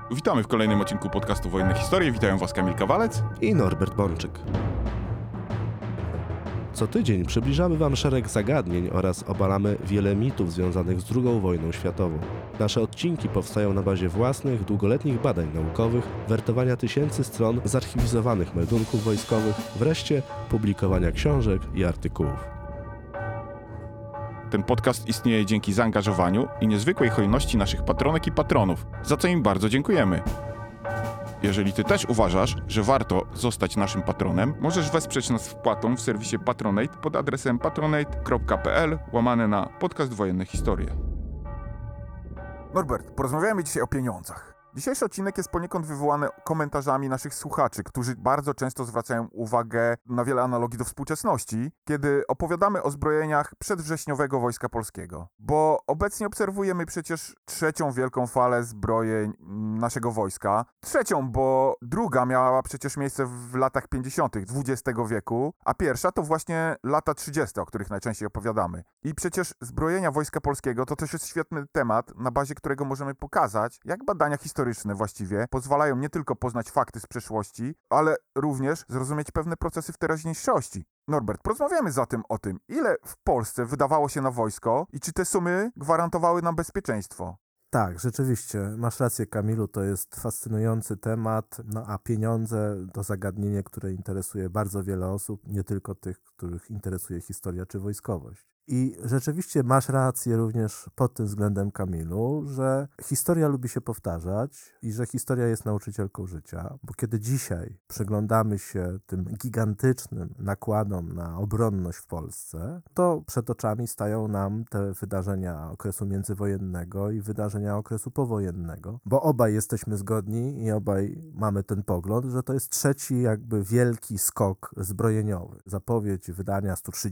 Witamy w kolejnym odcinku podcastu Wojenne Historie. Witają Was Kamil Kawalec i Norbert Bączyk. Co tydzień przybliżamy Wam szereg zagadnień oraz obalamy wiele mitów związanych z II wojną światową. Nasze odcinki powstają na bazie własnych, długoletnich badań naukowych, wertowania tysięcy stron zarchiwizowanych meldunków wojskowych, wreszcie publikowania książek i artykułów. Ten podcast istnieje dzięki zaangażowaniu i niezwykłej hojności naszych patronek i patronów, za co im bardzo dziękujemy. Jeżeli Ty też uważasz, że warto zostać naszym patronem, możesz wesprzeć nas wpłatą w serwisie Patronate pod adresem patronate.pl/podcast Wojenne Historie. Norbert, porozmawiamy dzisiaj o pieniądzach. Dzisiejszy odcinek jest poniekąd wywołany komentarzami naszych słuchaczy, którzy bardzo często zwracają uwagę na wiele analogii do współczesności, kiedy opowiadamy o zbrojeniach przedwrześniowego Wojska Polskiego. Bo obecnie obserwujemy przecież trzecią wielką falę zbrojeń naszego wojska. Trzecią, bo druga miała przecież miejsce w latach 50. XX wieku, a pierwsza to właśnie lata 30., o których najczęściej opowiadamy. I przecież zbrojenia Wojska Polskiego to też jest świetny temat, na bazie którego możemy pokazać, jak badania historyczne właściwie pozwalają nie tylko poznać fakty z przeszłości, ale również zrozumieć pewne procesy w teraźniejszości. Norbert, porozmawiamy zatem o tym, ile w Polsce wydawało się na wojsko i czy te sumy gwarantowały nam bezpieczeństwo. Tak, rzeczywiście, masz rację, Kamilu, to jest fascynujący temat, a pieniądze to zagadnienie, które interesuje bardzo wiele osób, nie tylko tych, których interesuje historia czy wojskowość. I rzeczywiście masz rację również pod tym względem, Kamilu, że historia lubi się powtarzać i że historia jest nauczycielką życia, bo kiedy dzisiaj przyglądamy się tym gigantycznym nakładom na obronność w Polsce, to przed oczami stają nam te wydarzenia okresu międzywojennego i wydarzenia okresu powojennego, bo obaj jesteśmy zgodni i obaj mamy ten pogląd, że to jest trzeci jakby wielki skok zbrojeniowy. Zapowiedź wydania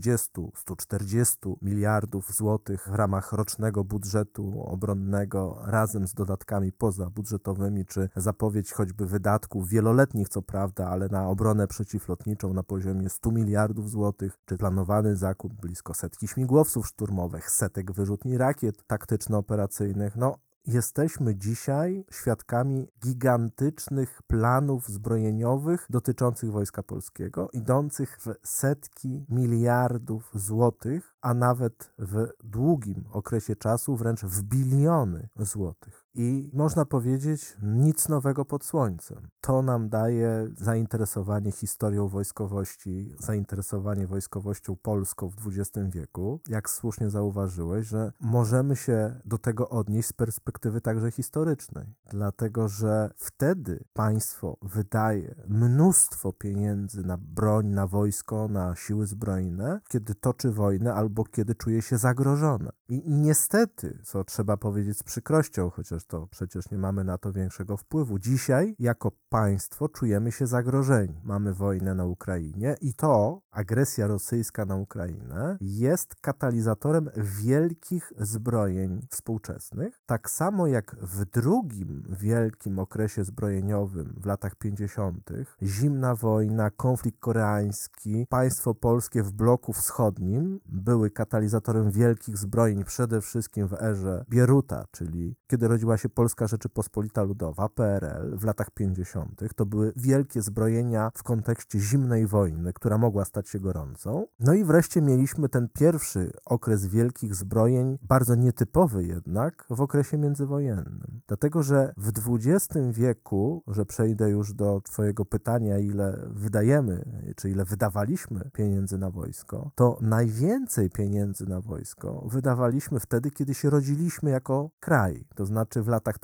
130-140 miliardów złotych w ramach rocznego budżetu obronnego razem z dodatkami pozabudżetowymi, czy zapowiedź choćby wydatków wieloletnich, co prawda, ale na obronę przeciwlotniczą na poziomie 100 miliardów złotych, czy planowany zakup blisko 100 śmigłowców szturmowych, 100 wyrzutni rakiet taktyczno-operacyjnych. Jesteśmy dzisiaj świadkami gigantycznych planów zbrojeniowych dotyczących Wojska Polskiego, idących w setki miliardów złotych, a nawet w długim okresie czasu wręcz w biliony złotych. I można powiedzieć, nic nowego pod słońcem. To nam daje zainteresowanie historią wojskowości, zainteresowanie wojskowością polską w XX wieku. Jak słusznie zauważyłeś, że możemy się do tego odnieść z perspektywy także historycznej. Dlatego, że wtedy państwo wydaje mnóstwo pieniędzy na broń, na wojsko, na siły zbrojne, kiedy toczy wojnę albo kiedy czuje się zagrożone. I niestety, co trzeba powiedzieć z przykrością, chociaż to przecież nie mamy na to większego wpływu. Dzisiaj jako państwo czujemy się zagrożeni. Mamy wojnę na Ukrainie i to agresja rosyjska na Ukrainę jest katalizatorem wielkich zbrojeń współczesnych. Tak samo jak w drugim wielkim okresie zbrojeniowym w latach 50. zimna wojna, konflikt koreański, państwo polskie w bloku wschodnim były katalizatorem wielkich zbrojeń przede wszystkim w erze Bieruta, czyli kiedy rodziła się Polska Rzeczypospolita Ludowa, PRL, w latach 50. To były wielkie zbrojenia w kontekście zimnej wojny, która mogła stać się gorącą. I wreszcie mieliśmy ten pierwszy okres wielkich zbrojeń, bardzo nietypowy jednak, w okresie międzywojennym. Dlatego, że w XX wieku, że przejdę już do twojego pytania, ile wydajemy, czy ile wydawaliśmy pieniędzy na wojsko, to najwięcej pieniędzy na wojsko wydawaliśmy wtedy, kiedy się rodziliśmy jako kraj. To znaczy w latach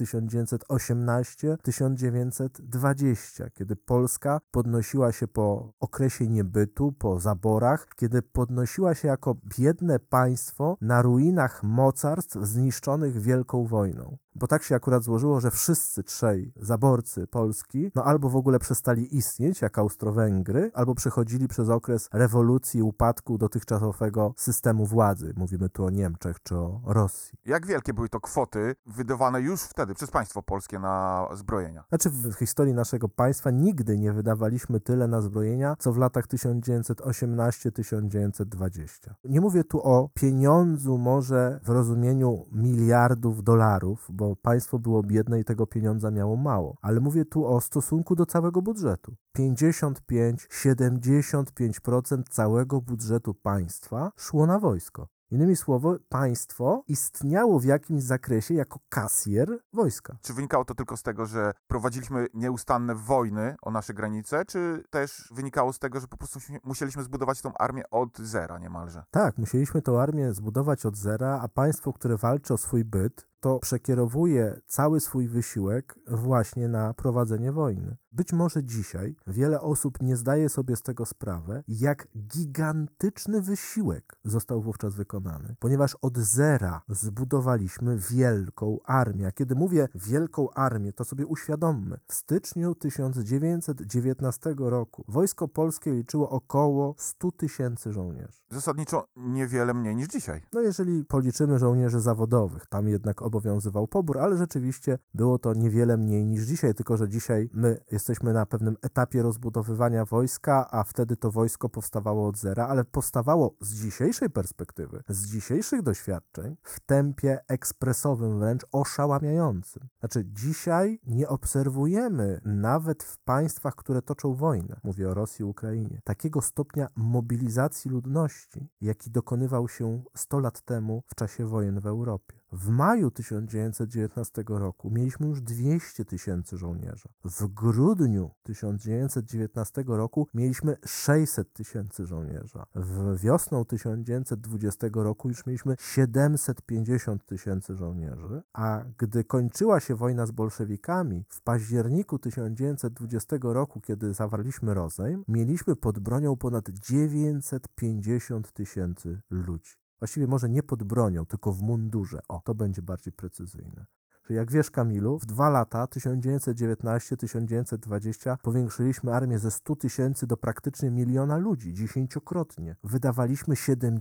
1918-1920, kiedy Polska podnosiła się po okresie niebytu, po zaborach, kiedy podnosiła się jako biedne państwo na ruinach mocarstw zniszczonych Wielką Wojną. Bo tak się akurat złożyło, że wszyscy trzej zaborcy Polski albo w ogóle przestali istnieć, jak Austro-Węgry, albo przechodzili przez okres rewolucji i upadku dotychczasowego systemu władzy. Mówimy tu o Niemczech czy o Rosji. Jak wielkie były to kwoty wydawane już wtedy przez państwo polskie na zbrojenia? Znaczy w historii naszego państwa nigdy nie wydawaliśmy tyle na zbrojenia, co w latach 1918-1920. Nie mówię tu o pieniądzu może w rozumieniu miliardów dolarów, bo państwo było biedne i tego pieniądza miało mało. Ale mówię tu o stosunku do całego budżetu. 55-75% całego budżetu państwa szło na wojsko. Innymi słowy, państwo istniało w jakimś zakresie jako kasjer wojska. Czy wynikało to tylko z tego, że prowadziliśmy nieustanne wojny o nasze granice, czy też wynikało z tego, że po prostu musieliśmy zbudować tą armię od zera niemalże? Tak, musieliśmy tę armię zbudować od zera, a państwo, które walczy o swój byt, to przekierowuje cały swój wysiłek właśnie na prowadzenie wojny. Być może dzisiaj wiele osób nie zdaje sobie z tego sprawy, jak gigantyczny wysiłek został wówczas wykonany, ponieważ od zera zbudowaliśmy wielką armię. A kiedy mówię wielką armię, to sobie uświadommy. W styczniu 1919 roku Wojsko Polskie liczyło około 100 000 żołnierzy. Zasadniczo niewiele mniej niż dzisiaj. No jeżeli policzymy żołnierzy zawodowych, tam jednak obowiązywał pobór, ale rzeczywiście było to niewiele mniej niż dzisiaj, tylko że dzisiaj my jesteśmy na pewnym etapie rozbudowywania wojska, a wtedy to wojsko powstawało od zera, ale powstawało z dzisiejszej perspektywy, z dzisiejszych doświadczeń w tempie ekspresowym, wręcz oszałamiającym. Znaczy dzisiaj nie obserwujemy nawet w państwach, które toczą wojnę, mówię o Rosji i Ukrainie, takiego stopnia mobilizacji ludności, jaki dokonywał się 100 lat temu w czasie wojen w Europie. W maju 1919 roku mieliśmy już 200 000 żołnierzy. W grudniu 1919 roku mieliśmy 600 000 żołnierzy. W wiosną 1920 roku już mieliśmy 750 000 żołnierzy, a gdy kończyła się wojna z bolszewikami, w październiku 1920 roku, kiedy zawarliśmy rozejm, mieliśmy pod bronią ponad 950 000 ludzi. Właściwie może nie pod bronią, tylko w mundurze. O, to będzie bardziej precyzyjne. Czyli jak wiesz, Kamilu, w 2 lata, 1919-1920, powiększyliśmy armię ze 100 000 do praktycznie 1 000 000 ludzi, 10-krotnie. Wydawaliśmy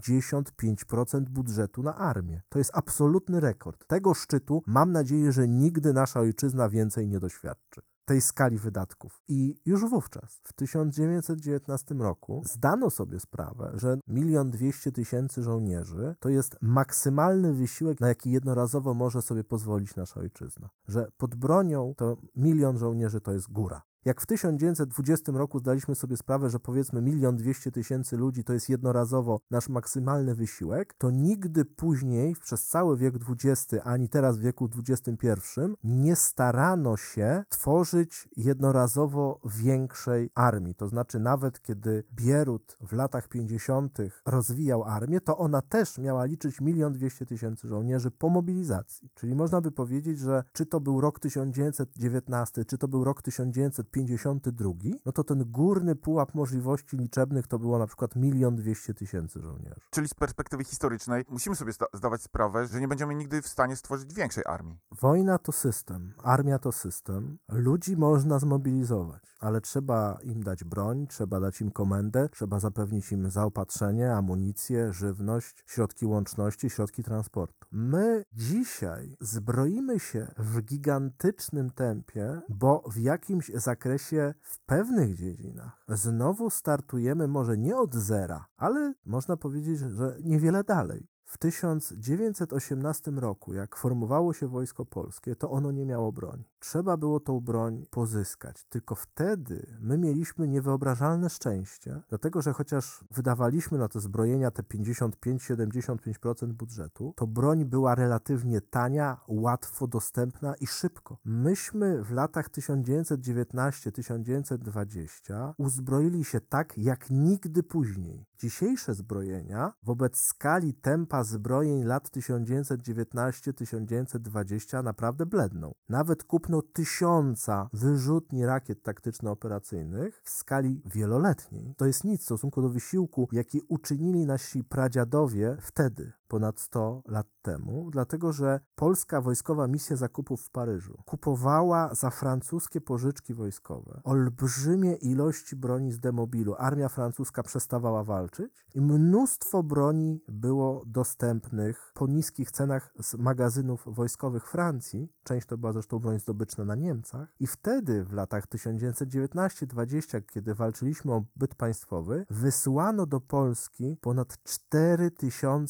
75% budżetu na armię. To jest absolutny rekord. Tego szczytu mam nadzieję, że nigdy nasza ojczyzna więcej nie doświadczy. Tej skali wydatków. I już wówczas, w 1919 roku, zdano sobie sprawę, że 1 200 000 żołnierzy to jest maksymalny wysiłek, na jaki jednorazowo może sobie pozwolić nasza ojczyzna. Że pod bronią to 1 000 000 żołnierzy to jest góra. Jak w 1920 roku zdaliśmy sobie sprawę, że powiedzmy 1 200 000 ludzi to jest jednorazowo nasz maksymalny wysiłek, to nigdy później, przez cały wiek XX, ani teraz w wieku XXI, nie starano się tworzyć jednorazowo większej armii. To znaczy nawet kiedy Bierut w latach 50. rozwijał armię, to ona też miała liczyć 1 200 000 żołnierzy po mobilizacji. Czyli można by powiedzieć, że czy to był rok 1919, czy to był rok 1952, no to ten górny pułap możliwości liczebnych to było na przykład 1 200 000 żołnierzy. Czyli z perspektywy historycznej musimy sobie zdawać sprawę, że nie będziemy nigdy w stanie stworzyć większej armii. Wojna to system, armia to system. Ludzi można zmobilizować, ale trzeba im dać broń, trzeba dać im komendę, trzeba zapewnić im zaopatrzenie, amunicję, żywność, środki łączności, środki transportu. My dzisiaj zbroimy się w gigantycznym tempie, bo w jakimś zakresie w pewnych dziedzinach znowu startujemy może nie od zera, ale można powiedzieć, że niewiele dalej. W 1918 roku, jak formowało się Wojsko Polskie, to ono nie miało broni. Trzeba było tą broń pozyskać. Tylko wtedy my mieliśmy niewyobrażalne szczęście, dlatego że chociaż wydawaliśmy na te zbrojenia te 55-75% budżetu, to broń była relatywnie tania, łatwo dostępna i szybko. Myśmy w latach 1919-1920 uzbroili się tak, jak nigdy później. Dzisiejsze zbrojenia wobec skali tempa zbrojeń lat 1919-1920 naprawdę bledną. Nawet kupno 1000 wyrzutni rakiet taktyczno-operacyjnych w skali wieloletniej to jest nic w stosunku do wysiłku, jaki uczynili nasi pradziadowie wtedy, ponad 100 lat temu, dlatego że polska wojskowa misja zakupów w Paryżu kupowała za francuskie pożyczki wojskowe olbrzymie ilości broni z demobilu. Armia francuska przestawała walczyć i mnóstwo broni było dostępnych po niskich cenach z magazynów wojskowych Francji. Część to była zresztą broń zdobyczna na Niemcach. I wtedy w latach 1919-20, kiedy walczyliśmy o byt państwowy, wysłano do Polski ponad 4000 wagonów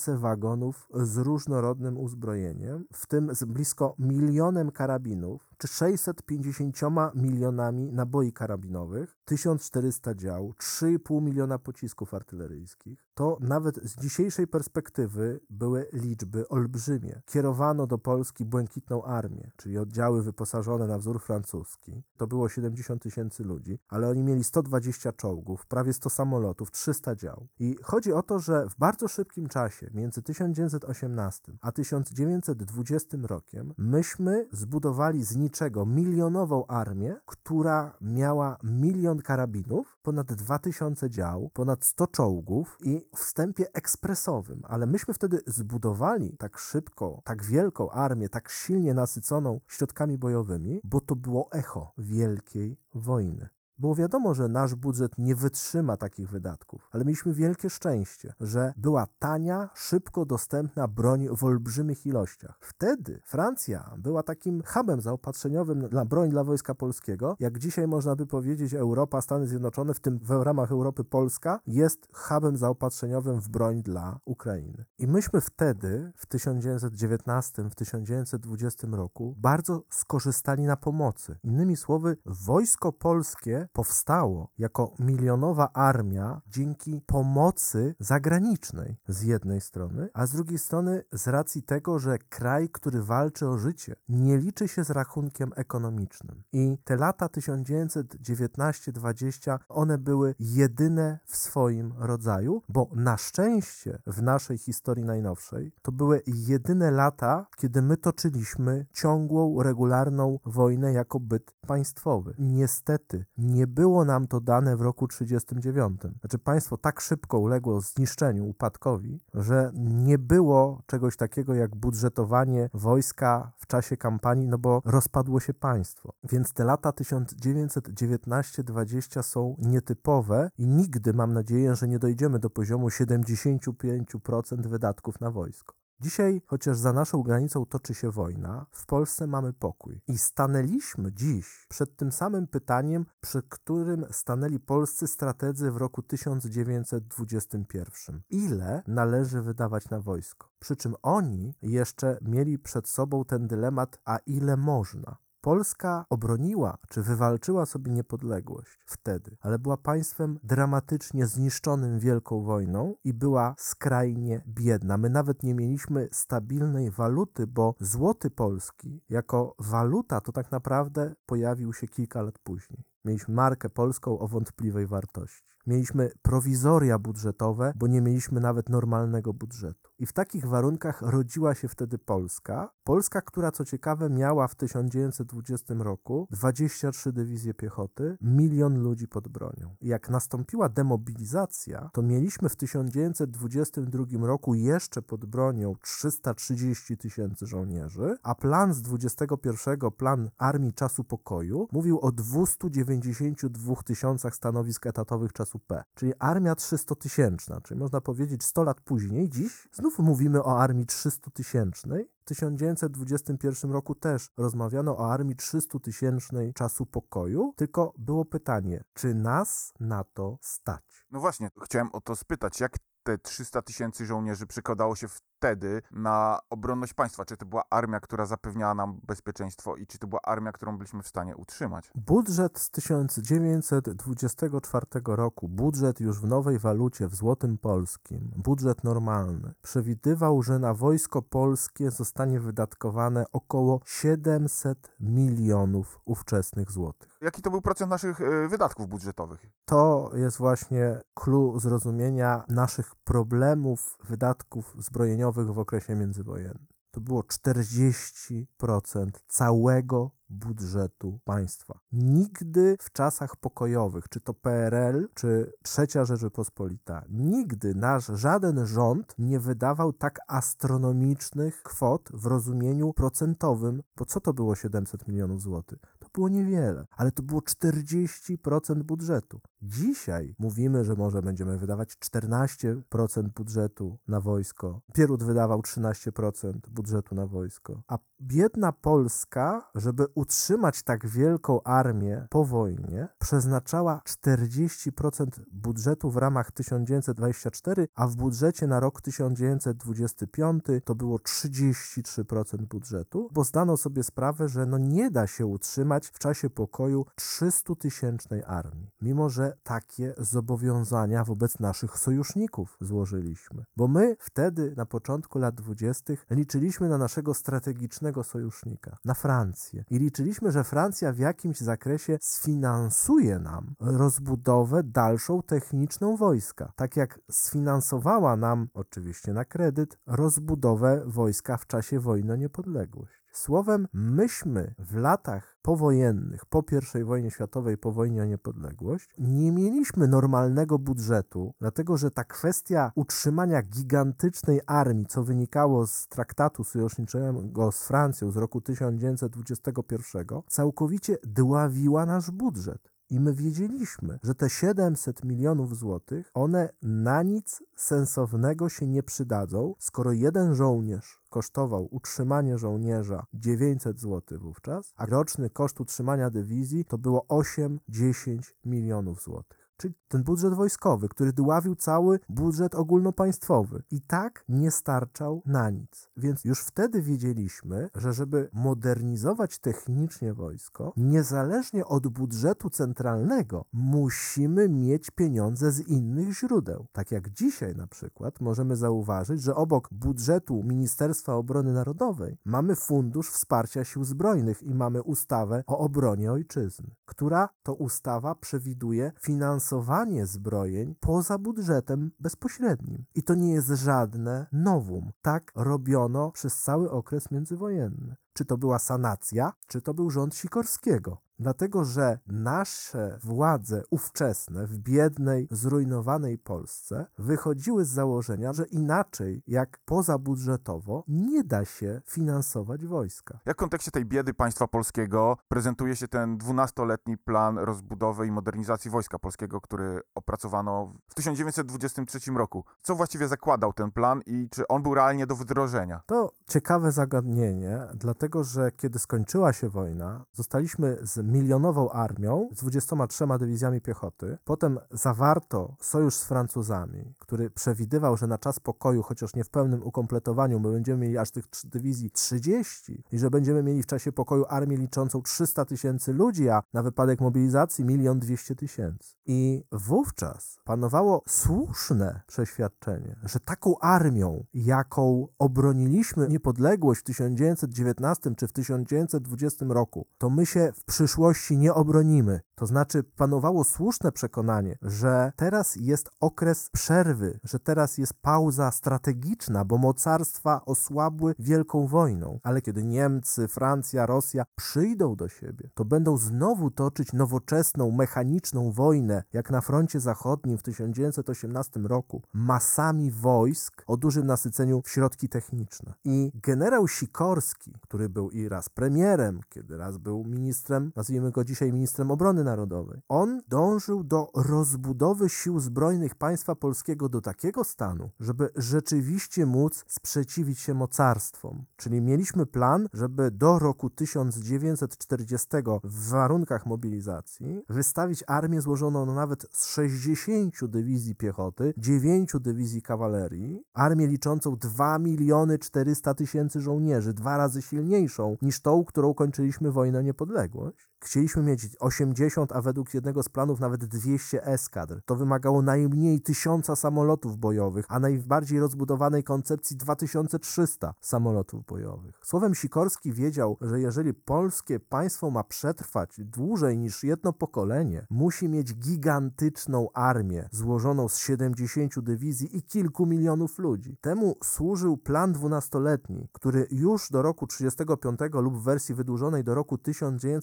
poligonów z różnorodnym uzbrojeniem, w tym z blisko 1 milionem karabinów, czy 650 milionami naboi karabinowych, 1400 dział, 3,5 miliona pocisków artyleryjskich. To nawet z dzisiejszej perspektywy były liczby olbrzymie. Kierowano do Polski Błękitną Armię, czyli oddziały wyposażone na wzór francuski. To było 70 000 ludzi, ale oni mieli 120 czołgów, prawie 100 samolotów, 300 dział. I chodzi o to, że w bardzo szybkim czasie, między 1918 a 1920 rokiem, myśmy zbudowali z niczego milionową armię, która miała 1 milion karabinów, ponad 2000 dział, ponad 100 czołgów i w tempie ekspresowym. Ale myśmy wtedy zbudowali tak szybko, tak wielką armię, tak silnie nasyconą środkami bojowymi, bo to było echo Wielkiej Wojny. Było wiadomo, że nasz budżet nie wytrzyma takich wydatków, ale mieliśmy wielkie szczęście, że była tania, szybko dostępna broń w olbrzymich ilościach. Wtedy Francja była takim hubem zaopatrzeniowym na broń dla Wojska Polskiego. Jak dzisiaj można by powiedzieć, Europa, Stany Zjednoczone, w tym w ramach Europy Polska, jest hubem zaopatrzeniowym w broń dla Ukrainy. I myśmy wtedy, w 1919, w 1920 roku, bardzo skorzystali na pomocy. Innymi słowy, Wojsko Polskie powstało jako milionowa armia dzięki pomocy zagranicznej z jednej strony, a z drugiej strony z racji tego, że kraj, który walczy o życie, nie liczy się z rachunkiem ekonomicznym. I te lata 1919-20, one były jedyne w swoim rodzaju, bo na szczęście w naszej historii najnowszej to były jedyne lata, kiedy my toczyliśmy ciągłą, regularną wojnę jako byt państwowy. Niestety nie było nam to dane w roku 1939. Znaczy państwo tak szybko uległo zniszczeniu, upadkowi, że nie było czegoś takiego jak budżetowanie wojska w czasie kampanii, no bo rozpadło się państwo. Więc te lata 1919-20 są nietypowe i nigdy, mam nadzieję, że nie dojdziemy do poziomu 75% wydatków na wojsko. Dzisiaj, chociaż za naszą granicą toczy się wojna, w Polsce mamy pokój. I stanęliśmy dziś przed tym samym pytaniem, przy którym stanęli polscy strategzy w roku 1921. Ile należy wydawać na wojsko? Przy czym oni jeszcze mieli przed sobą ten dylemat, a ile można? Polska obroniła, czy wywalczyła sobie niepodległość wtedy, ale była państwem dramatycznie zniszczonym Wielką Wojną i była skrajnie biedna. My nawet nie mieliśmy stabilnej waluty, bo złoty polski jako waluta to tak naprawdę pojawił się kilka lat później. Mieliśmy markę polską o wątpliwej wartości. Mieliśmy prowizoria budżetowe, bo nie mieliśmy nawet normalnego budżetu. I w takich warunkach rodziła się wtedy Polska. Polska, która co ciekawe miała w 1920 roku 23 dywizje piechoty, 1 milion ludzi pod bronią. I jak nastąpiła demobilizacja, to mieliśmy w 1922 roku jeszcze pod bronią 330 000 żołnierzy, a plan z 21, plan Armii Czasu Pokoju, mówił o 292 000 stanowisk etatowych czasu P, czyli armia 300-tysięczna, czyli można powiedzieć 100 lat później, dziś znów mówimy o armii 300-tysięcznej. W 1921 roku też rozmawiano o armii 300-tysięcznej czasu pokoju, tylko było pytanie, czy nas na to stać? No właśnie, chciałem o to spytać, jak te 300 000 żołnierzy przekładało się wtedy na obronność państwa? Czy to była armia, która zapewniała nam bezpieczeństwo i czy to była armia, którą byliśmy w stanie utrzymać? Budżet z 1924 roku, budżet już w nowej walucie, w złotym polskim, budżet normalny, przewidywał, że na wojsko polskie zostanie wydatkowane około 700 milionów ówczesnych złotych. Jaki to był procent naszych wydatków budżetowych? To jest właśnie clue zrozumienia naszych problemów wydatków zbrojeniowych w okresie międzywojennym. To było 40% całego budżetu państwa. Nigdy w czasach pokojowych, czy to PRL, czy III Rzeczypospolita, nigdy nasz żaden rząd nie wydawał tak astronomicznych kwot w rozumieniu procentowym, bo co to było 700 milionów złotych? To było niewiele, ale to było 40% budżetu. Dzisiaj mówimy, że może będziemy wydawać 14% budżetu na wojsko. Pierut wydawał 13% budżetu na wojsko. A biedna Polska, żeby utrzymać tak wielką armię po wojnie, przeznaczała 40% budżetu w ramach 1924, a w budżecie na rok 1925 to było 33% budżetu, bo zdano sobie sprawę, że nie da się utrzymać w czasie pokoju 300-tysięcznej armii, mimo że takie zobowiązania wobec naszych sojuszników złożyliśmy. Bo my wtedy, na początku lat 20., liczyliśmy na naszego strategicznego sojusznika, na Francję. I liczyliśmy, że Francja w jakimś zakresie sfinansuje nam rozbudowę dalszą techniczną wojska. Tak jak sfinansowała nam, oczywiście na kredyt, rozbudowę wojska w czasie wojny o niepodległość. Słowem, myśmy w latach powojennych, po I wojnie światowej, po wojnie o niepodległość, nie mieliśmy normalnego budżetu, dlatego że ta kwestia utrzymania gigantycznej armii, co wynikało z traktatu sojuszniczego z Francją z roku 1921, całkowicie dławiła nasz budżet. I my wiedzieliśmy, że te 700 milionów złotych, one na nic sensownego się nie przydadzą, skoro jeden żołnierz kosztował utrzymanie żołnierza 900 zł wówczas, a roczny koszt utrzymania dywizji to było 8-10 milionów złotych. Czyli ten budżet wojskowy, który dławił cały budżet ogólnopaństwowy i tak nie starczał na nic. Więc już wtedy wiedzieliśmy, że żeby modernizować technicznie wojsko, niezależnie od budżetu centralnego, musimy mieć pieniądze z innych źródeł. Tak jak dzisiaj na przykład możemy zauważyć, że obok budżetu Ministerstwa Obrony Narodowej mamy Fundusz Wsparcia Sił Zbrojnych i mamy ustawę o obronie ojczyzny, która to ustawa przewiduje finansowanie zbrojeń poza budżetem bezpośrednim. I to nie jest żadne novum. Tak robiono przez cały okres międzywojenny. Czy to była sanacja, czy to był rząd Sikorskiego. Dlatego, że nasze władze ówczesne w biednej, zrujnowanej Polsce wychodziły z założenia, że inaczej jak pozabudżetowo nie da się finansować wojska. Jak w kontekście tej biedy państwa polskiego prezentuje się ten 12-letni plan rozbudowy i modernizacji Wojska Polskiego, który opracowano w 1923 roku? Co właściwie zakładał ten plan i czy on był realnie do wdrożenia? To ciekawe zagadnienie, dlatego że kiedy skończyła się wojna, zostaliśmy z milionową armią, z 23 dywizjami piechoty. Potem zawarto sojusz z Francuzami, który przewidywał, że na czas pokoju, chociaż nie w pełnym ukompletowaniu, my będziemy mieli aż tych dywizji 30 i że będziemy mieli w czasie pokoju armię liczącą 300 000 ludzi, a na wypadek mobilizacji 1 200 000. I wówczas panowało słuszne przeświadczenie, że taką armią, jaką obroniliśmy niepodległość w 1919 czy w 1920 roku, to my się w przyszłości nie obronimy. To znaczy panowało słuszne przekonanie, że teraz jest okres przerwy, że teraz jest pauza strategiczna, bo mocarstwa osłabły wielką wojną. Ale kiedy Niemcy, Francja, Rosja przyjdą do siebie, to będą znowu toczyć nowoczesną, mechaniczną wojnę, jak na froncie zachodnim w 1918 roku, masami wojsk o dużym nasyceniu w środki techniczne. I generał Sikorski, który był i raz premierem, kiedy raz był ministrem, nazwijmy go dzisiaj ministrem obrony narodowej, on dążył do rozbudowy sił zbrojnych państwa polskiego do takiego stanu, żeby rzeczywiście móc sprzeciwić się mocarstwom. Czyli mieliśmy plan, żeby do roku 1940 w warunkach mobilizacji wystawić armię złożoną nawet z 60 dywizji piechoty, 9 dywizji kawalerii, armię liczącą 2 400 000 żołnierzy, 2 razy silniejszą niż tą, którą kończyliśmy wojnę o niepodległość. Chcieliśmy mieć 80, a według jednego z planów nawet 200 eskadr. To wymagało najmniej 1000 samolotów bojowych, a najbardziej rozbudowanej koncepcji 2300 samolotów bojowych. Słowem, Sikorski wiedział, że jeżeli polskie państwo ma przetrwać dłużej niż jedno pokolenie, musi mieć gigantyczną armię złożoną z 70 dywizji i kilku milionów ludzi. Temu służył plan 12-letni, który już do roku 35 lub w wersji wydłużonej do roku 1940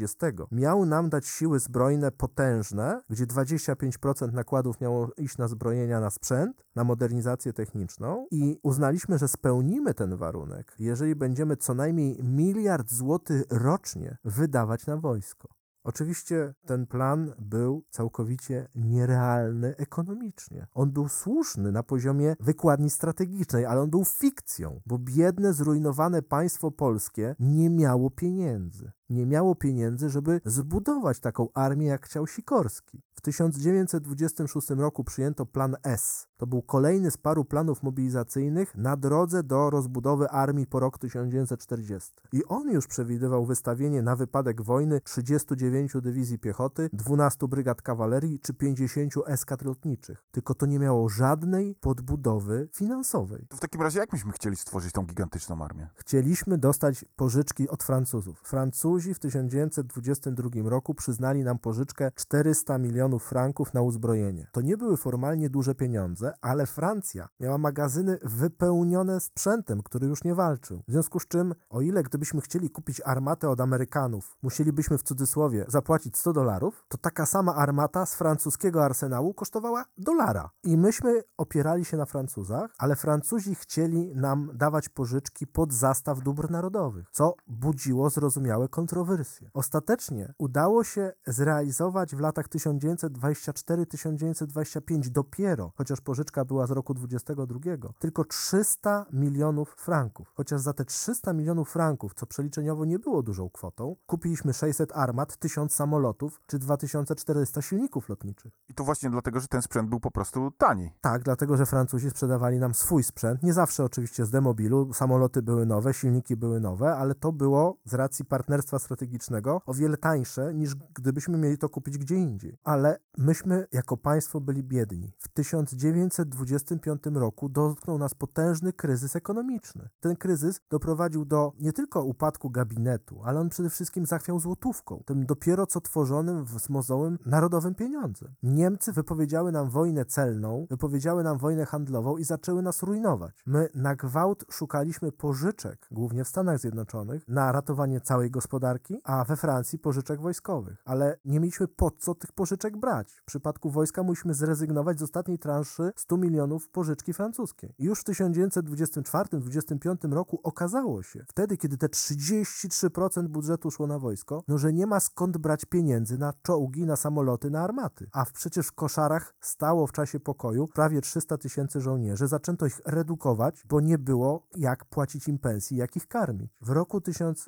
1940 miał nam dać siły zbrojne potężne, gdzie 25% nakładów miało iść na zbrojenia, na sprzęt, na modernizację techniczną i uznaliśmy, że spełnimy ten warunek, jeżeli będziemy co najmniej 1 miliard złotych rocznie wydawać na wojsko. Oczywiście ten plan był całkowicie nierealny ekonomicznie. On był słuszny na poziomie wykładni strategicznej, ale on był fikcją, bo biedne, zrujnowane państwo polskie nie miało pieniędzy. Nie miało pieniędzy, żeby zbudować taką armię, jak chciał Sikorski. W 1926 roku przyjęto plan S. To był kolejny z paru planów mobilizacyjnych na drodze do rozbudowy armii po rok 1940. I on już przewidywał wystawienie na wypadek wojny 39 dywizji piechoty, 12 brygad kawalerii czy 50 eskadr lotniczych. Tylko to nie miało żadnej podbudowy finansowej. To w takim razie jak myśmy chcieli stworzyć tą gigantyczną armię? Chcieliśmy dostać pożyczki od Francuzów. Francuzi w 1922 roku przyznali nam pożyczkę 400 milionów franków na uzbrojenie. To nie były formalnie duże pieniądze, ale Francja miała magazyny wypełnione sprzętem, który już nie walczył. W związku z czym, o ile gdybyśmy chcieli kupić armatę od Amerykanów, musielibyśmy w cudzysłowie zapłacić $100, to taka sama armata z francuskiego arsenału kosztowała $1. I myśmy opierali się na Francuzach, ale Francuzi chcieli nam dawać pożyczki pod zastaw dóbr narodowych, co budziło zrozumiałe kontrowersje. Ostatecznie udało się zrealizować w latach 1924-1925 dopiero, chociaż pożyczka była z roku 22, tylko 300 milionów franków. Chociaż za te 300 milionów franków, co przeliczeniowo nie było dużą kwotą, kupiliśmy 600 armat, 1000 samolotów czy 2400 silników lotniczych. I to właśnie dlatego, że ten sprzęt był po prostu tani. Tak, dlatego, że Francuzi sprzedawali nam swój sprzęt, nie zawsze oczywiście z demobilu, samoloty były nowe, silniki były nowe, ale to było z racji partnerstwa strategicznego o wiele tańsze, niż gdybyśmy mieli to kupić gdzie indziej. Ale myśmy jako państwo byli biedni. W 1925 roku dotknął nas potężny kryzys ekonomiczny. Ten kryzys doprowadził do nie tylko upadku gabinetu, ale on przede wszystkim zachwiał złotówką, tym dopiero co tworzonym z mozołem narodowym pieniądzem. Niemcy wypowiedziały nam wojnę celną, wypowiedziały nam wojnę handlową i zaczęły nas rujnować. My na gwałt szukaliśmy pożyczek, głównie w Stanach Zjednoczonych, na ratowanie całej gospodarki, a we Francji pożyczek wojskowych. Ale nie mieliśmy po co tych pożyczek brać. W przypadku wojska musimy zrezygnować z ostatniej transzy 100 milionów pożyczki francuskiej. I już w 1924-25 roku okazało się, wtedy kiedy te 33% budżetu szło na wojsko, no że nie ma skąd brać pieniędzy na czołgi, na samoloty, na armaty. A przecież w koszarach stało w czasie pokoju prawie 300 000 żołnierzy. Zaczęto ich redukować, bo nie było jak płacić im pensji, jak ich karmić. W roku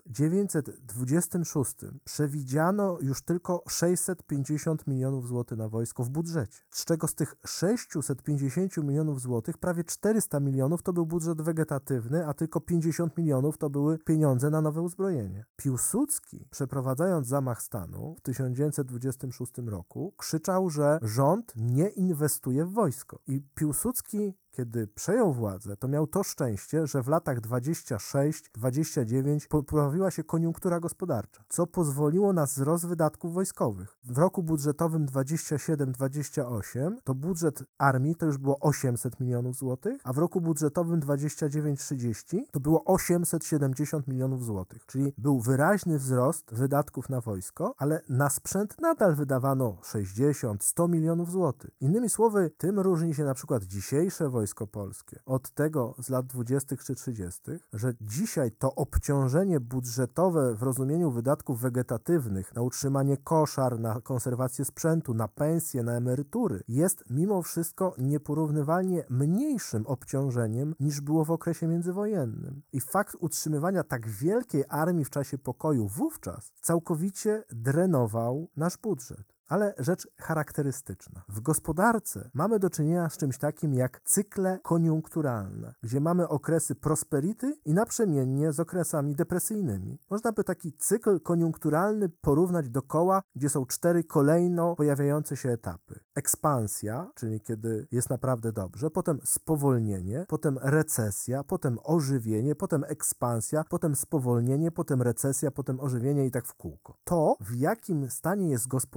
1926 przewidziano już tylko 650 milionów złotych na wojsko w budżecie, z czego z tych 650 milionów złotych prawie 400 milionów to był budżet wegetatywny, a tylko 50 milionów to były pieniądze na nowe uzbrojenie. Piłsudski, przeprowadzając zamach stanu w 1926 roku, krzyczał, że rząd nie inwestuje w wojsko. I Piłsudski, kiedy przejął władzę, to miał to szczęście, że w latach 26-29 poprawiła się koniunktura gospodarcza, co pozwoliło na wzrost wydatków wojskowych. W roku budżetowym 27-28 to budżet armii to już było 800 milionów złotych, a w roku budżetowym 29-30 to było 870 milionów złotych. Czyli był wyraźny wzrost wydatków na wojsko, ale na sprzęt nadal wydawano 60-100 milionów złotych. Innymi słowy, tym różni się na przykład dzisiejsze wojsko polskie od tego z lat 20. czy 30., że dzisiaj to obciążenie budżetowe w rozumieniu wydatków wegetatywnych na utrzymanie koszar, na konserwację sprzętu, na pensje, na emerytury jest mimo wszystko nieporównywalnie mniejszym obciążeniem niż było w okresie międzywojennym. I fakt utrzymywania tak wielkiej armii w czasie pokoju wówczas całkowicie drenował nasz budżet. Ale rzecz charakterystyczna. W gospodarce mamy do czynienia z czymś takim jak cykle koniunkturalne, gdzie mamy okresy prosperity i naprzemiennie z okresami depresyjnymi. Można by taki cykl koniunkturalny porównać do koła, gdzie są 4 kolejno pojawiające się etapy. Ekspansja, czyli kiedy jest naprawdę dobrze, potem spowolnienie, potem recesja, potem ożywienie, potem ekspansja, potem spowolnienie, potem recesja, potem ożywienie i tak w kółko. To, w jakim stanie jest gospodarka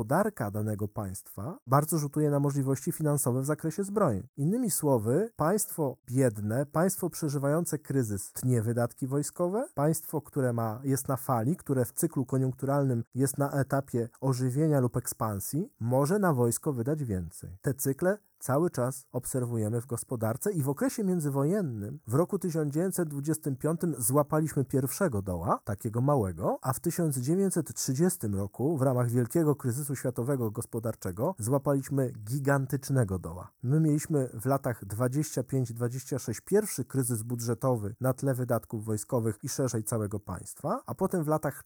gospodarka danego państwa bardzo rzutuje na możliwości finansowe w zakresie zbrojeń. Innymi słowy, państwo biedne, państwo przeżywające kryzys tnie wydatki wojskowe, państwo, które jest na fali, które w cyklu koniunkturalnym jest na etapie ożywienia lub ekspansji, może na wojsko wydać więcej. Te cykle cały czas obserwujemy w gospodarce i w okresie międzywojennym w roku 1925 złapaliśmy pierwszego doła, takiego małego, a w 1930 roku w ramach wielkiego kryzysu światowego gospodarczego złapaliśmy gigantycznego doła. My mieliśmy w latach 25-26 pierwszy kryzys budżetowy na tle wydatków wojskowych i szerzej całego państwa, a potem w latach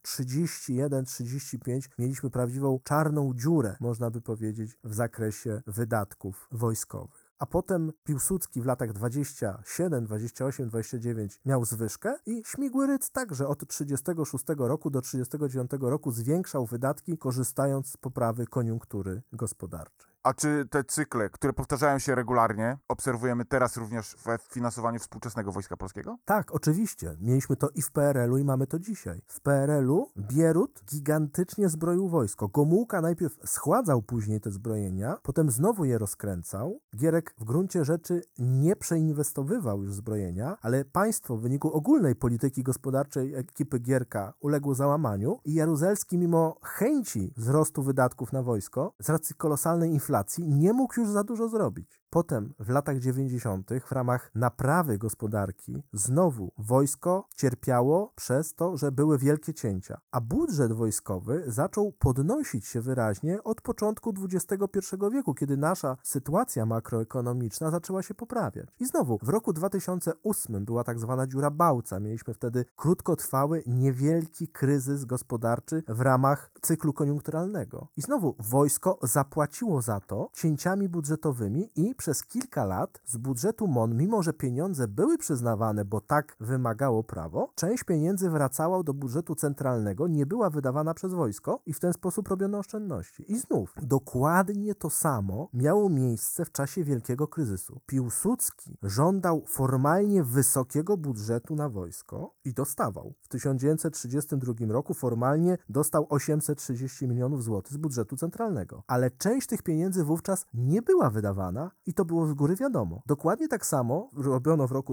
31-35 mieliśmy prawdziwą czarną dziurę, można by powiedzieć, w zakresie wydatków wojskowych. A potem Piłsudski w latach 27, 28, 29 miał zwyżkę i Śmigły-Rydz także od 36 roku do 39 roku zwiększał wydatki, korzystając z poprawy koniunktury gospodarczej. A czy te cykle, które powtarzają się regularnie, obserwujemy teraz również we finansowaniu współczesnego Wojska Polskiego? Tak, oczywiście. Mieliśmy to i w PRL-u i mamy to dzisiaj. W PRL-u Bierut gigantycznie zbroił wojsko. Gomułka najpierw schładzał później te zbrojenia, potem znowu je rozkręcał. Gierek w gruncie rzeczy nie przeinwestowywał już zbrojenia, ale państwo w wyniku ogólnej polityki gospodarczej ekipy Gierka uległo załamaniu i Jaruzelski mimo chęci wzrostu wydatków na wojsko z racji kolosalnej inflacji nie mógł już za dużo zrobić. Potem w latach 90. w ramach naprawy gospodarki znowu wojsko cierpiało przez to, że były wielkie cięcia, a budżet wojskowy zaczął podnosić się wyraźnie od początku XXI wieku, kiedy nasza sytuacja makroekonomiczna zaczęła się poprawiać. I znowu w roku 2008 była tak zwana dziura Bałca. Mieliśmy wtedy krótkotrwały, niewielki kryzys gospodarczy w ramach cyklu koniunkturalnego. I znowu wojsko zapłaciło za to cięciami budżetowymi i przez kilka lat z budżetu MON, mimo że pieniądze były przyznawane, bo tak wymagało prawo, część pieniędzy wracała do budżetu centralnego, nie była wydawana przez wojsko i w ten sposób robiono oszczędności. I znów, dokładnie to samo miało miejsce w czasie wielkiego kryzysu. Piłsudski żądał formalnie wysokiego budżetu na wojsko i dostawał. W 1932 roku formalnie dostał 830 milionów złotych z budżetu centralnego, ale część tych pieniędzy wówczas nie była wydawana i to było z góry wiadomo. Dokładnie tak samo robiono w roku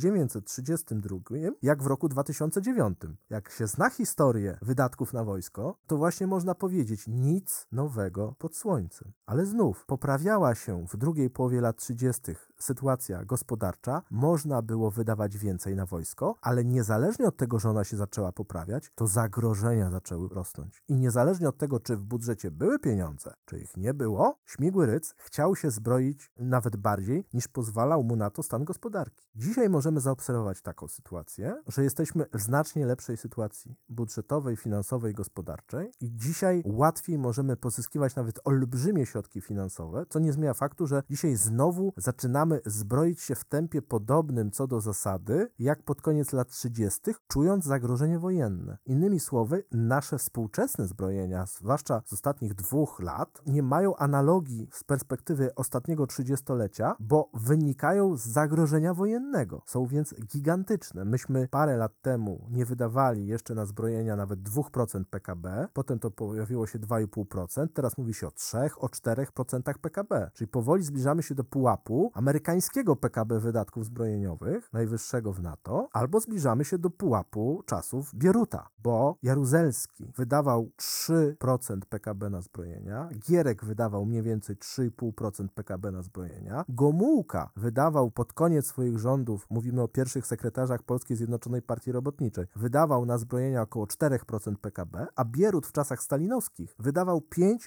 1932, jak w roku 2009. Jak się zna historię wydatków na wojsko, to właśnie można powiedzieć nic nowego pod słońcem. Ale znów poprawiała się w drugiej połowie lat 30. sytuacja gospodarcza, można było wydawać więcej na wojsko, ale niezależnie od tego, że ona się zaczęła poprawiać, to zagrożenia zaczęły rosnąć. I niezależnie od tego, czy w budżecie były pieniądze, czy ich nie było, Śmigły-Rydz chciał się zbroić nawet bardziej, niż pozwalał mu na to stan gospodarki. Dzisiaj możemy zaobserwować taką sytuację, że jesteśmy w znacznie lepszej sytuacji budżetowej, finansowej, gospodarczej i dzisiaj łatwiej możemy pozyskiwać nawet olbrzymie środki finansowe, co nie zmienia faktu, że dzisiaj znowu zaczynamy zbroić się w tempie podobnym co do zasady, jak pod koniec lat 30., czując zagrożenie wojenne. Innymi słowy, nasze współczesne zbrojenia, zwłaszcza z ostatnich 2 lat, nie mają analogii z perspektywy ostatniego 30-lecia, bo wynikają z zagrożenia wojennego. Są więc gigantyczne. Myśmy parę lat temu nie wydawali jeszcze na zbrojenia nawet 2% PKB, potem to pojawiło się 2,5%, teraz mówi się o 3, o 4% PKB. Czyli powoli zbliżamy się do pułapu amerykańskiego PKB wydatków zbrojeniowych, najwyższego w NATO, albo zbliżamy się do pułapu czasów Bieruta, bo Jaruzelski wydawał 3% PKB na zbrojenia, Gierek wydawał mniej więcej 3,5% PKB na zbrojenia, Gomułka wydawał pod koniec swoich rządów, mówimy o pierwszych sekretarzach Polskiej Zjednoczonej Partii Robotniczej, wydawał na zbrojenia około 4% PKB, a Bierut w czasach stalinowskich wydawał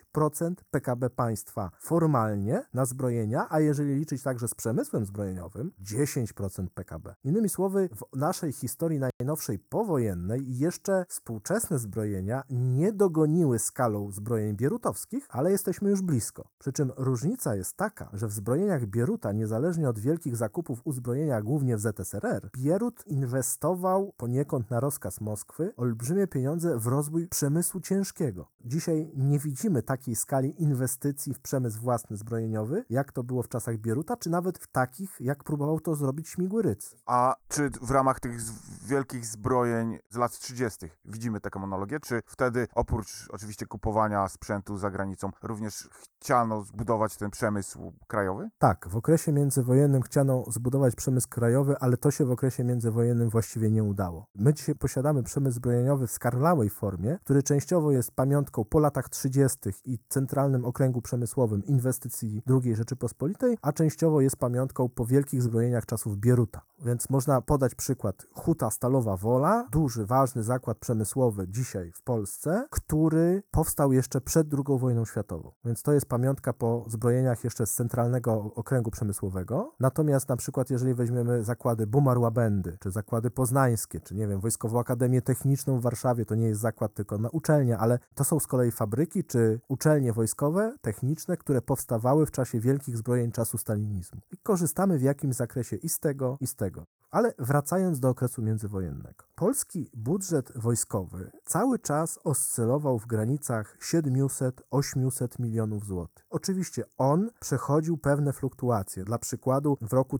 5% PKB państwa formalnie na zbrojenia, a jeżeli liczyć także z przemysłem zbrojeniowym, 10% PKB. Innymi słowy, w naszej historii najnowszej powojennej jeszcze współczesne zbrojenia nie dogoniły skalą zbrojeń bierutowskich, ale jesteśmy już blisko. Przy czym różnica jest taka, że w zbrojeniach Bieruta, niezależnie od wielkich zakupów uzbrojenia głównie w ZSRR, Bierut inwestował poniekąd na rozkaz Moskwy olbrzymie pieniądze w rozwój przemysłu ciężkiego. Dzisiaj nie widzimy takiej skali inwestycji w przemysł własny zbrojeniowy, jak to było w czasach Bieruta, czy nawet nawet w takich, jak próbował to zrobić Śmigły Rydz. A czy w ramach tych wielkich zbrojeń z lat 30. widzimy taką analogię? Czy wtedy oprócz oczywiście kupowania sprzętu za granicą również chciano zbudować ten przemysł krajowy? Tak, w okresie międzywojennym chciano zbudować przemysł krajowy, ale to się w okresie międzywojennym właściwie nie udało. My dzisiaj posiadamy przemysł zbrojeniowy w skarlałej formie, który częściowo jest pamiątką po latach 30. i centralnym okręgu przemysłowym inwestycji II Rzeczypospolitej, a częściowo jest pamiątką po wielkich zbrojeniach czasów Bieruta. Więc można podać przykład Huta Stalowa Wola, duży, ważny zakład przemysłowy dzisiaj w Polsce, który powstał jeszcze przed II wojną światową. Więc to jest pamiątka po zbrojeniach jeszcze z centralnego okręgu przemysłowego. Natomiast na przykład jeżeli weźmiemy zakłady Bumar-Łabędy, czy zakłady poznańskie, czy nie wiem, Wojskową Akademię Techniczną w Warszawie, to nie jest zakład tylko na uczelnia, ale to są z kolei fabryki, czy uczelnie wojskowe, techniczne, które powstawały w czasie wielkich zbrojeń czasu stalinizmu. I korzystamy w jakimś zakresie i z tego, i z tego. Ale wracając do okresu międzywojennego. Polski budżet wojskowy cały czas oscylował w granicach 700-800 milionów złotych. Oczywiście on przechodził pewne fluktuacje. Dla przykładu w roku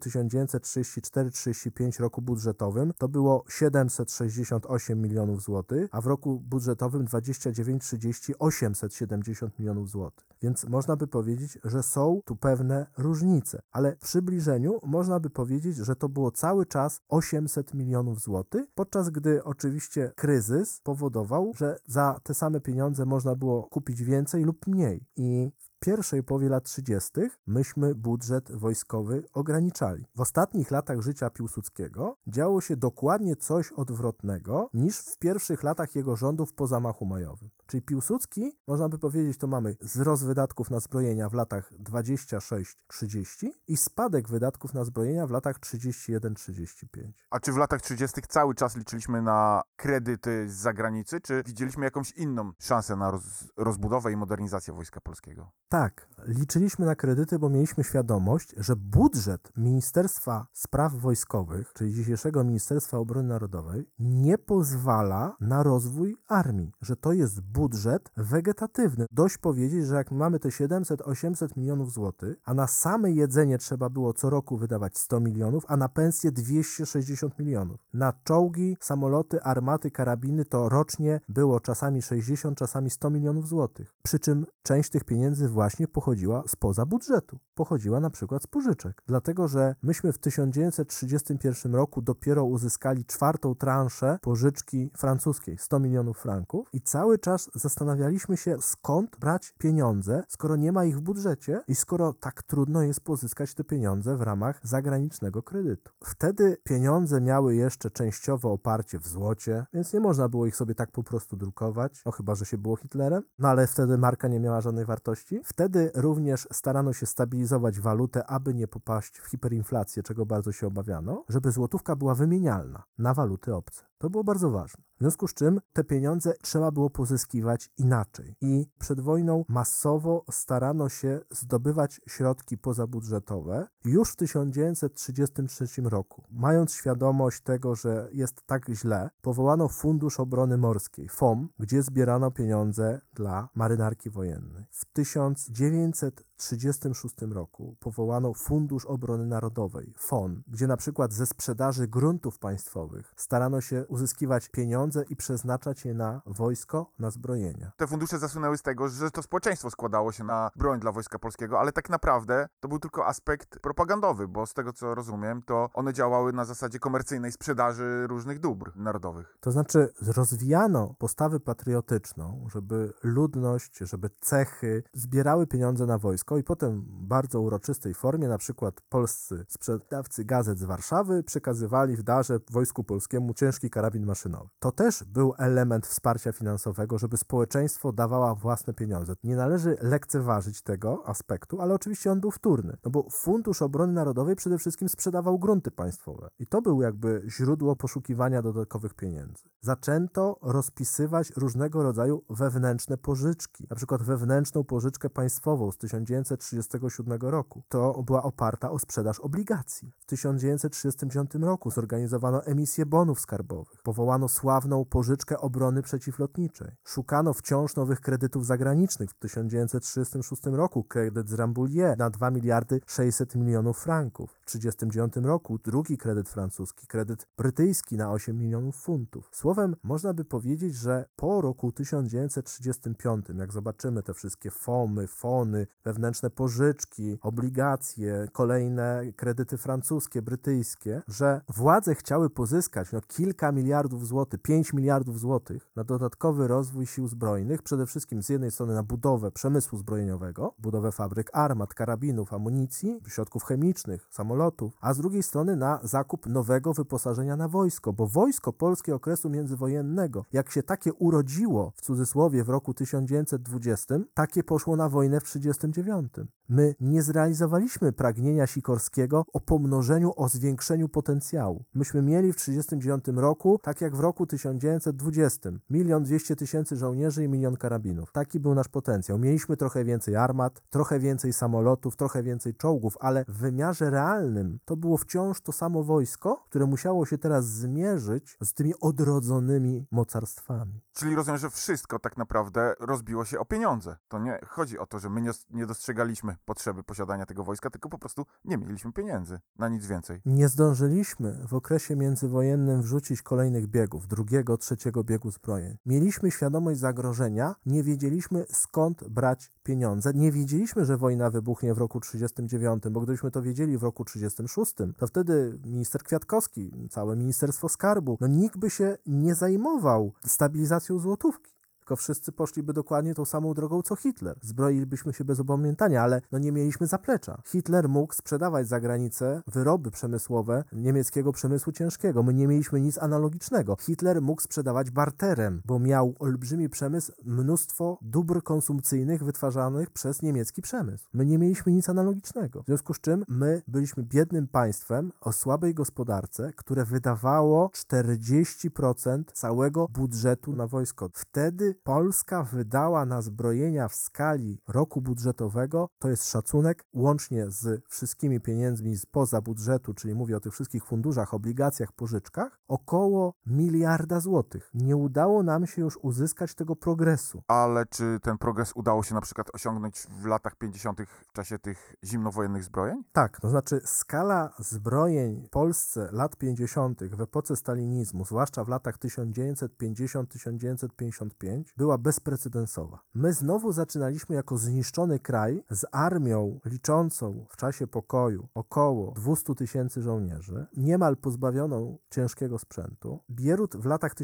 1934-35 roku budżetowym to było 768 milionów złotych, a w roku budżetowym 29-30 870 milionów złotych. Więc można by powiedzieć, że są tu pewne różnice. Ale w przybliżeniu można by powiedzieć, że to było cały czas 800 milionów złotych, podczas gdy oczywiście kryzys powodował, że za te same pieniądze można było kupić więcej lub mniej. I w pierwszej połowie lat 30. myśmy budżet wojskowy ograniczali. W ostatnich latach życia Piłsudskiego działo się dokładnie coś odwrotnego niż w pierwszych latach jego rządów po zamachu majowym. Czyli Piłsudski, można by powiedzieć, to mamy wzrost wydatków na zbrojenia w latach 26-30 i spadek wydatków na zbrojenia w latach 31-35. A czy w latach 30. cały czas liczyliśmy na kredyty z zagranicy, czy widzieliśmy jakąś inną szansę na rozbudowę i modernizację Wojska Polskiego? Tak, liczyliśmy na kredyty, bo mieliśmy świadomość, że budżet Ministerstwa Spraw Wojskowych, czyli dzisiejszego Ministerstwa Obrony Narodowej, nie pozwala na rozwój armii, że to jest budżet wegetatywny. Dość powiedzieć, że jak mamy te 700-800 milionów złotych, a na same jedzenie trzeba było co roku wydawać 100 milionów, a na pensje 260 milionów. Na czołgi, samoloty, armaty, karabiny to rocznie było czasami 60, czasami 100 milionów złotych. Przy czym część tych pieniędzy właśnie pochodziła spoza budżetu. Pochodziła na przykład z pożyczek. Dlatego, że myśmy w 1931 roku dopiero uzyskali 4. transzę pożyczki francuskiej, 100 milionów franków i cały czas zastanawialiśmy się, skąd brać pieniądze, skoro nie ma ich w budżecie i skoro tak trudno jest pozyskać te pieniądze w ramach zagranicznego kredytu. Wtedy pieniądze miały jeszcze częściowo oparcie w złocie, więc nie można było ich sobie tak po prostu drukować, no chyba, że się było Hitlerem, no ale wtedy marka nie miała żadnej wartości. Wtedy również starano się stabilizować walutę, aby nie popaść w hiperinflację, czego bardzo się obawiano, żeby złotówka była wymienialna na waluty obce. To było bardzo ważne. W związku z czym te pieniądze trzeba było pozyskiwać inaczej. I przed wojną masowo starano się zdobywać środki pozabudżetowe już w 1933 roku. Mając świadomość tego, że jest tak źle, powołano Fundusz Obrony Morskiej, FOM, gdzie zbierano pieniądze dla marynarki wojennej. W 1936 roku powołano Fundusz Obrony Narodowej, FON, gdzie na przykład ze sprzedaży gruntów państwowych starano się uzyskiwać pieniądze i przeznaczać je na wojsko, na zbrojenia. Te fundusze zasunęły z tego, że to społeczeństwo składało się na broń dla Wojska Polskiego, ale tak naprawdę to był tylko aspekt propagandowy, bo z tego co rozumiem, to one działały na zasadzie komercyjnej sprzedaży różnych dóbr narodowych. To znaczy rozwijano postawę patriotyczną, żeby ludność, żeby cechy zbierały pieniądze na wojsko i potem w bardzo uroczystej formie, na przykład polscy sprzedawcy gazet z Warszawy przekazywali w darze Wojsku Polskiemu ciężki karabin maszynowy. To też był element wsparcia finansowego, żeby społeczeństwo dawało własne pieniądze. Nie należy lekceważyć tego aspektu, ale oczywiście on był wtórny, no bo Fundusz Obrony Narodowej przede wszystkim sprzedawał grunty państwowe i to był jakby źródło poszukiwania dodatkowych pieniędzy. Zaczęto rozpisywać różnego rodzaju wewnętrzne pożyczki, na przykład wewnętrzną pożyczkę państwową z 1937 roku. To była oparta o sprzedaż obligacji. W 1939 roku zorganizowano emisję bonów skarbowych. wojskowych. Powołano sławną pożyczkę obrony przeciwlotniczej. Szukano wciąż nowych kredytów zagranicznych. W 1936 roku kredyt z Rambouillet na 2 miliardy 600 milionów franków. W 1939 roku drugi kredyt francuski, kredyt brytyjski na 8 milionów funtów. Słowem, można by powiedzieć, że po roku 1935, jak zobaczymy te wszystkie fony, wewnętrzne pożyczki, obligacje, kolejne kredyty francuskie, brytyjskie, że władze chciały pozyskać kilka miliardów złotych, 5 miliardów złotych na dodatkowy rozwój sił zbrojnych, przede wszystkim z jednej strony na budowę przemysłu zbrojeniowego, budowę fabryk armat, karabinów, amunicji, środków chemicznych, samolotów, a z drugiej strony na zakup nowego wyposażenia na wojsko, bo wojsko polskie okresu międzywojennego, jak się takie urodziło, w cudzysłowie, w roku 1920, takie poszło na wojnę w 1939. My nie zrealizowaliśmy pragnienia Sikorskiego o pomnożeniu, o zwiększeniu potencjału. Myśmy mieli w 1939 roku, tak jak w roku 1920, 1 200 000 żołnierzy i 1 000 000 karabinów. Taki był nasz potencjał. Mieliśmy trochę więcej armat, trochę więcej samolotów, trochę więcej czołgów, ale w wymiarze realnym to było wciąż to samo wojsko, które musiało się teraz zmierzyć z tymi odrodzonymi mocarstwami. Czyli rozumiem, że wszystko tak naprawdę rozbiło się o pieniądze. To nie chodzi o to, że my nie dostrzegaliśmy potrzeby posiadania tego wojska, tylko po prostu nie mieliśmy pieniędzy na nic więcej. Nie zdążyliśmy w okresie międzywojennym wrzucić kolejnych biegów, drugiego, trzeciego biegu zbrojeń. Mieliśmy świadomość zagrożenia, nie wiedzieliśmy skąd brać pieniądze. Nie wiedzieliśmy, że wojna wybuchnie w roku 1939, bo gdybyśmy to wiedzieli w roku 1936, to wtedy minister Kwiatkowski, całe Ministerstwo Skarbu, nikt by się nie zajmował stabilizacją złotówki. Tylko wszyscy poszliby dokładnie tą samą drogą co Hitler. Zbroilibyśmy się bez opamiętania, ale nie mieliśmy zaplecza. Hitler mógł sprzedawać za granicę wyroby przemysłowe niemieckiego przemysłu ciężkiego. My nie mieliśmy nic analogicznego. Hitler mógł sprzedawać barterem, bo miał olbrzymi przemysł, mnóstwo dóbr konsumpcyjnych wytwarzanych przez niemiecki przemysł. My nie mieliśmy nic analogicznego. W związku z czym my byliśmy biednym państwem o słabej gospodarce, które wydawało 40% całego budżetu na wojsko. Wtedy Polska wydała na zbrojenia w skali roku budżetowego, to jest szacunek, łącznie z wszystkimi pieniędzmi spoza budżetu, czyli mówię o tych wszystkich funduszach, obligacjach, pożyczkach, około 1 miliarda złotych. Nie udało nam się już uzyskać tego progresu. Ale czy ten progres udało się na przykład osiągnąć w latach 50. w czasie tych zimnowojennych zbrojeń? Tak, to znaczy skala zbrojeń w Polsce lat 50. w epoce stalinizmu, zwłaszcza w latach 1950-1955, była bezprecedensowa. My znowu zaczynaliśmy jako zniszczony kraj z armią liczącą w czasie pokoju około 200 000 żołnierzy, niemal pozbawioną ciężkiego sprzętu. Bierut w latach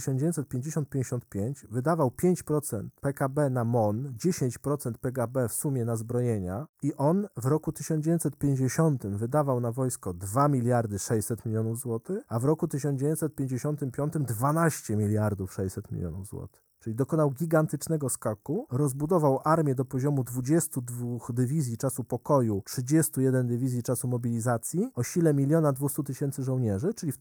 1950-55 wydawał 5% PKB na MON, 10% PKB w sumie na zbrojenia i on w roku 1950 wydawał na wojsko 2 miliardy 600 milionów złotych, a w roku 1955 12 miliardów 600 milionów złotych. Czyli dokonał gigantycznego skaku, rozbudował armię do poziomu 22 dywizji czasu pokoju, 31 dywizji czasu mobilizacji, o sile 1 200 000 żołnierzy, czyli w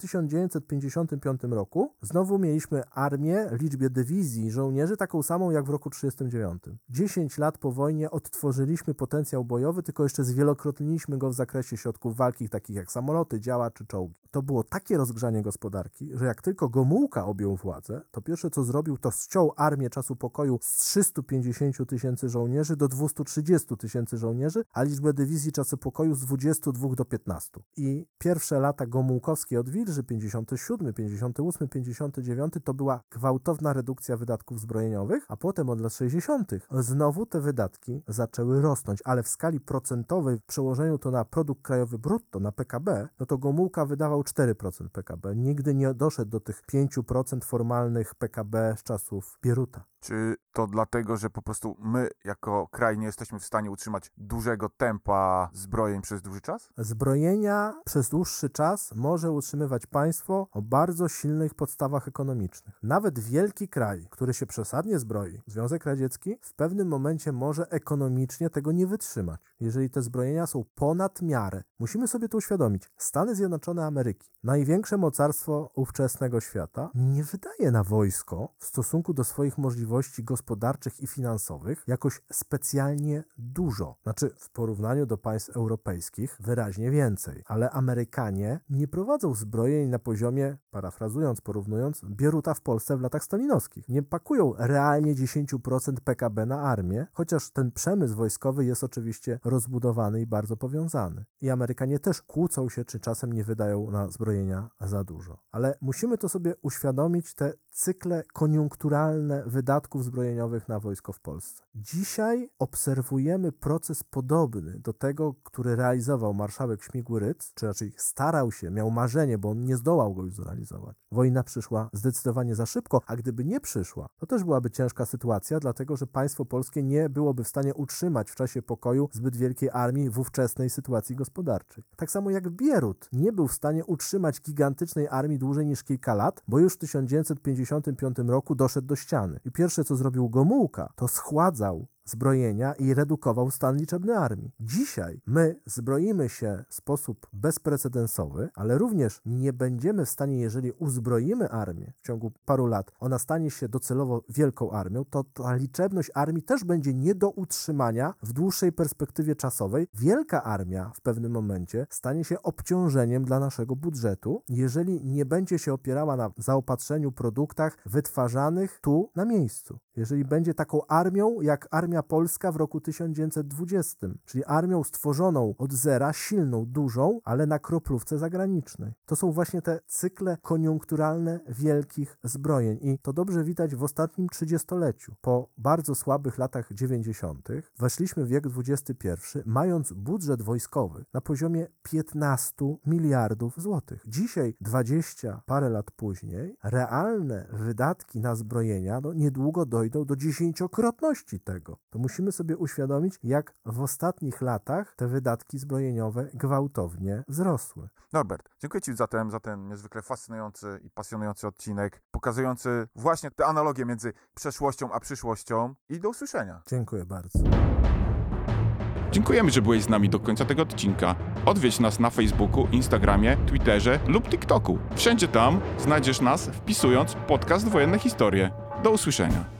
1955 roku znowu mieliśmy armię, liczbie dywizji żołnierzy taką samą jak w roku 1939. 10 lat po wojnie odtworzyliśmy potencjał bojowy, tylko jeszcze zwielokrotniliśmy go w zakresie środków walki, takich jak samoloty, działa czy czołgi. To było takie rozgrzanie gospodarki, że jak tylko Gomułka objął władzę, to pierwsze co zrobił, to ściął armię czasu pokoju z 350 000 żołnierzy do 230 000 żołnierzy, a liczbę dywizji czasu pokoju z 22 do 15. I pierwsze lata gomułkowskie odwilży, 57, 58, 59, to była gwałtowna redukcja wydatków zbrojeniowych, a potem od lat 60. znowu te wydatki zaczęły rosnąć, ale w skali procentowej, w przełożeniu to na produkt krajowy brutto, na PKB, no to Gomułka wydawał 4% PKB. Nigdy nie doszedł do tych 5% formalnych PKB z czasów Bieruta. Czy to dlatego, że po prostu my jako kraj nie jesteśmy w stanie utrzymać dużego tempa zbrojeń przez dłuży czas? Zbrojenia przez dłuższy czas może utrzymywać państwo o bardzo silnych podstawach ekonomicznych. Nawet wielki kraj, który się przesadnie zbroi, Związek Radziecki, w pewnym momencie może ekonomicznie tego nie wytrzymać, jeżeli te zbrojenia są ponad miarę. Musimy sobie to uświadomić. Stany Zjednoczone Ameryki, największe mocarstwo ówczesnego świata, nie wydaje na wojsko w stosunku do swoich możliwości gospodarczych i finansowych jakoś specjalnie dużo. Znaczy w porównaniu do państw europejskich wyraźnie więcej. Ale Amerykanie nie prowadzą zbrojeń na poziomie, porównując, Bieruta w Polsce w latach stalinowskich. Nie pakują realnie 10% PKB na armię, chociaż ten przemysł wojskowy jest oczywiście rozbudowany i bardzo powiązany. I Amerykanie też kłócą się, czy czasem nie wydają na zbrojenia za dużo. Ale musimy to sobie uświadomić, te cykle koniunkturalne wydatków zbrojeniowych na wojsko w Polsce. Dzisiaj obserwujemy proces podobny do tego, który realizował marszałek Śmigły-Rydz, czy raczej starał się, miał marzenie, bo on nie zdołał go już zrealizować. Wojna przyszła zdecydowanie za szybko, a gdyby nie przyszła, to też byłaby ciężka sytuacja, dlatego że państwo polskie nie byłoby w stanie utrzymać w czasie pokoju zbyt wielkiej armii w ówczesnej sytuacji gospodarczej. Tak samo jak Bierut nie był w stanie utrzymać gigantycznej armii dłużej niż kilka lat, bo już w 1955 roku doszedł do ściany. I pierwsze, co zrobił Gomułka, to schładzał zbrojenia i redukował stan liczebny armii. Dzisiaj my zbroimy się w sposób bezprecedensowy, ale również nie będziemy w stanie, jeżeli uzbroimy armię w ciągu paru lat, ona stanie się docelowo wielką armią, to ta liczebność armii też będzie nie do utrzymania w dłuższej perspektywie czasowej. Wielka armia w pewnym momencie stanie się obciążeniem dla naszego budżetu, jeżeli nie będzie się opierała na zaopatrzeniu, produktach wytwarzanych tu na miejscu. Jeżeli będzie taką armią jak armia polska w roku 1920, czyli armią stworzoną od zera, silną, dużą, ale na kroplówce zagranicznej. To są właśnie te cykle koniunkturalne wielkich zbrojeń i to dobrze widać w ostatnim 30-leciu. Po bardzo słabych latach 90. weszliśmy w wiek XXI, mając budżet wojskowy na poziomie 15 miliardów złotych. Dzisiaj, 20 parę lat później, realne wydatki na zbrojenia niedługo dojdą do 10-krotności tego. To musimy sobie uświadomić, jak w ostatnich latach te wydatki zbrojeniowe gwałtownie wzrosły. Norbert, dziękuję Ci zatem za ten niezwykle fascynujący i pasjonujący odcinek, pokazujący właśnie tę analogię między przeszłością a przyszłością i do usłyszenia. Dziękuję bardzo. Dziękujemy, że byłeś z nami do końca tego odcinka. Odwiedź nas na Facebooku, Instagramie, Twitterze lub TikToku. Wszędzie tam znajdziesz nas, wpisując podcast Wojenne Historie. Do usłyszenia.